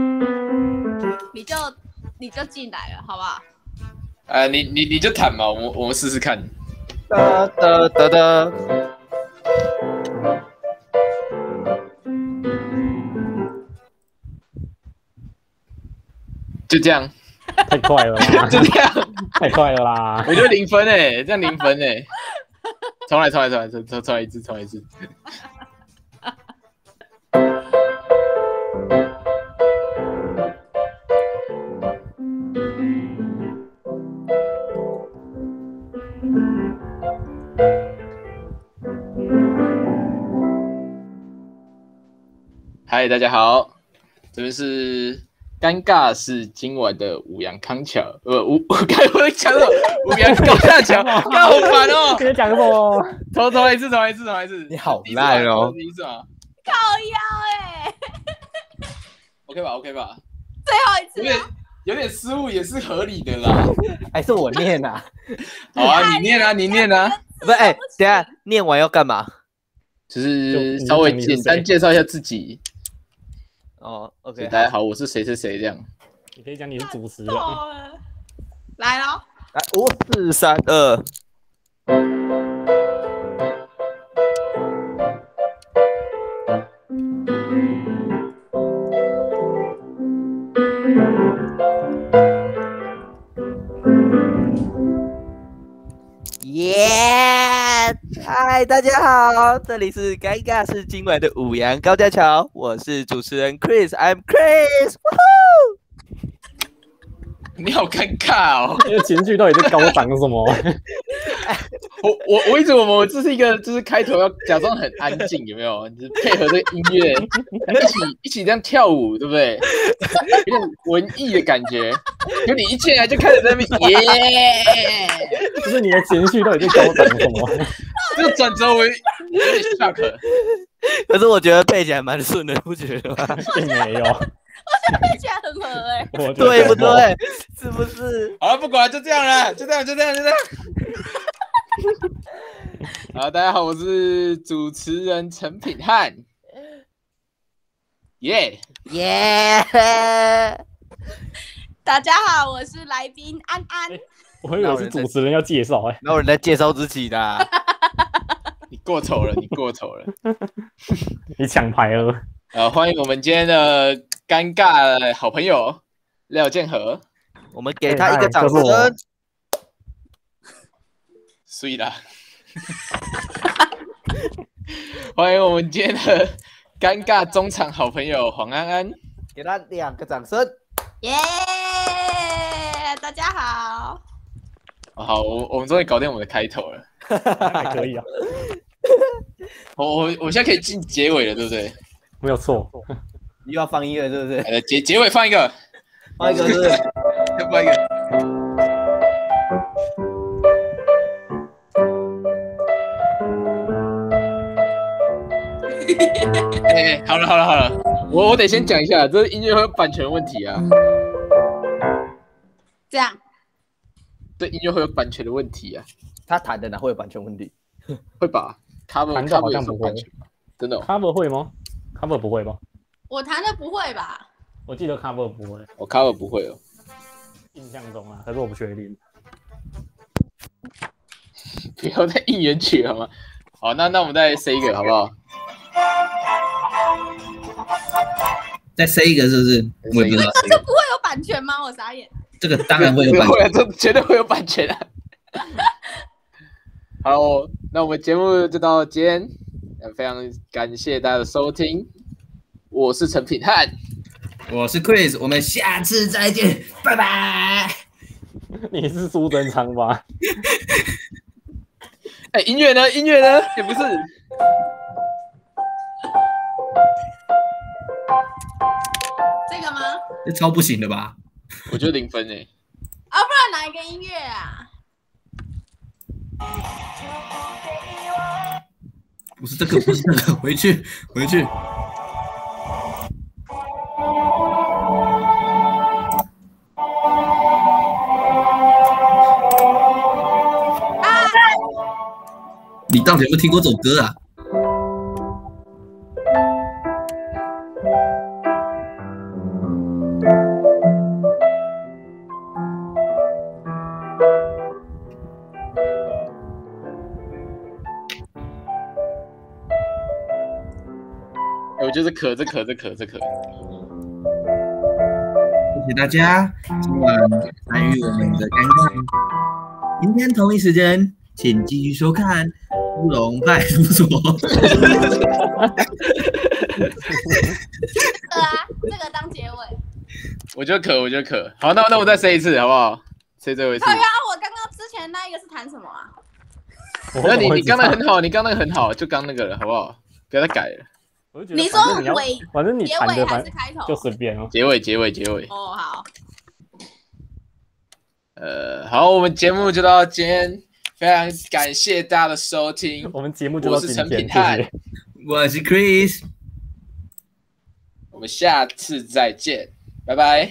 你就进来了，好不好？ 你就弹嘛，我们试试看。 哒哒哒哒。 就这样， 太快了啦！ 就这样， 太快了啦！ 我觉得0分哎，这样0分哎，重来一次。嗨，大家好，这边是尴尬是今晚的五羊康桥，我刚才讲什么？五羊高架桥，刚好烦哦。 你在讲什么？ 重来一次。 你好烂哦！ 第一次吗？ 靠腰哎。 OK 吧。 最后一次啊。 有点失误也是合理的啦。 还是我念啊？ 好啊，你念啊。 不是，等下念完要干嘛？ 就是稍微简单介绍一下自己。 哦 ，OK， 大家好，我是谁这样。 你可以讲你是主持人。 来咯， 来5、4、3、2。嗨，大家好，这里是尴尬是今晚的五羊高架桥，我是主持人 Chris，I'm Chris， 你好尴尬哦！ 你的情绪到底在高涨什么？ 我一直我这是一个就是开头要假装很安静，有没有？就是配合这个音乐，一起这样跳舞，对不对？有点文艺的感觉。就你一进来就开始在那边耶， 就是你的情绪到底在高涨什么？ 这个转折我有点 shock。 可是我觉得配起来蛮顺的，不觉得吗？ 并没有。 配起来很合哎， 对不对？是不是？ 好了，不管，就这样了，就这样。好，大家好，我是主持人陈品翰。耶！ 大家好，我是来宾安安。 我以为是主持人要介绍哪有人在介绍自己的？ 你过头了。 你抢牌了。 欢迎我们今天的尴尬的好朋友廖建和， 我们给他一个掌声。 睡啦。欢迎我们今天的尴尬中场好朋友黄安安， 给他2个掌声。 耶！大家好。 好，我们终于搞定我们的开头了。 还可以啊。 我现在可以进结尾了，对不对？ 没有错。 你又要放音乐是不是？ 结尾放一个， 放一个是不是？ 放一个。好了，我得先讲一下，这音乐会有版权问题啊。 这样。 这音乐会有版权的问题啊。 他弹的哪会有版权问题？ 会吧 ？cover 好像不会， 真的。 cover 会吗 ？cover 不会吧？ 我弹的不会吧？ 我记得 cover 不会。 我 cover 不会哦。 印象中啊，可是我不确定。 不要再应援曲好吗？好，那我们再 say 一个好不好？ 再 say 一个是不是？我也不知道。 这不会有版权吗？我傻眼。 这个当然会有版权， 这绝对会有版权啊！好，那我们节目就到今天，非常感谢大家的收听，我是陈品翰， 我是 Chris， 我们下次再见，拜拜。 你是苏贞昌吧？ 音乐呢？也不是。 这个吗？ 这超不行的吧？ 我觉得0分欸。 啊，不然哪一个音乐啊？ 不是这个，回去。你到底有没有听过这首歌啊？ 我觉得这可。谢谢大家今晚参与我们的尴尬。明天同一时间，请继续收看乌龙派出所。 这个当结尾。 我觉得可。好，那我再 say 一次好不好？say 最后一次。 对啊，我刚刚之前那一个是弹什么啊？ 那你刚那个很好，就刚那个了，好不好？不要再改了。 你说尾， 反正你结尾还是开头？ 就随便哦。 结尾。 哦，好。 好，我们节目就到今天，非常感谢大家的收听。 我们节目就到今天， 我是陈品翰， 我是 Chris， 我们下次再见，拜拜。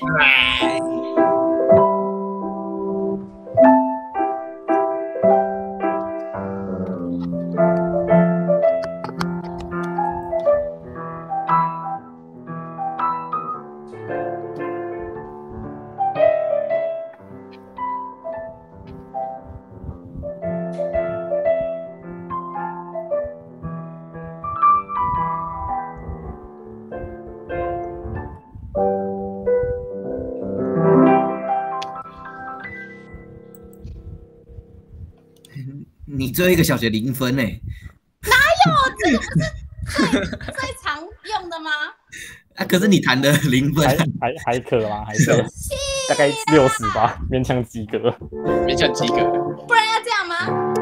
你最后1个小节0分欸， 哪有？这个不是最常用的吗？ 啊，可是你弹的0分， 还可啦，还可，大概60吧，勉强及格。 不然要这样吗？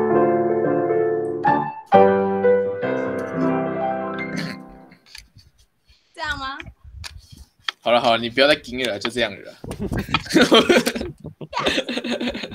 这样吗？ 好了，你不要再盯了，就这样了。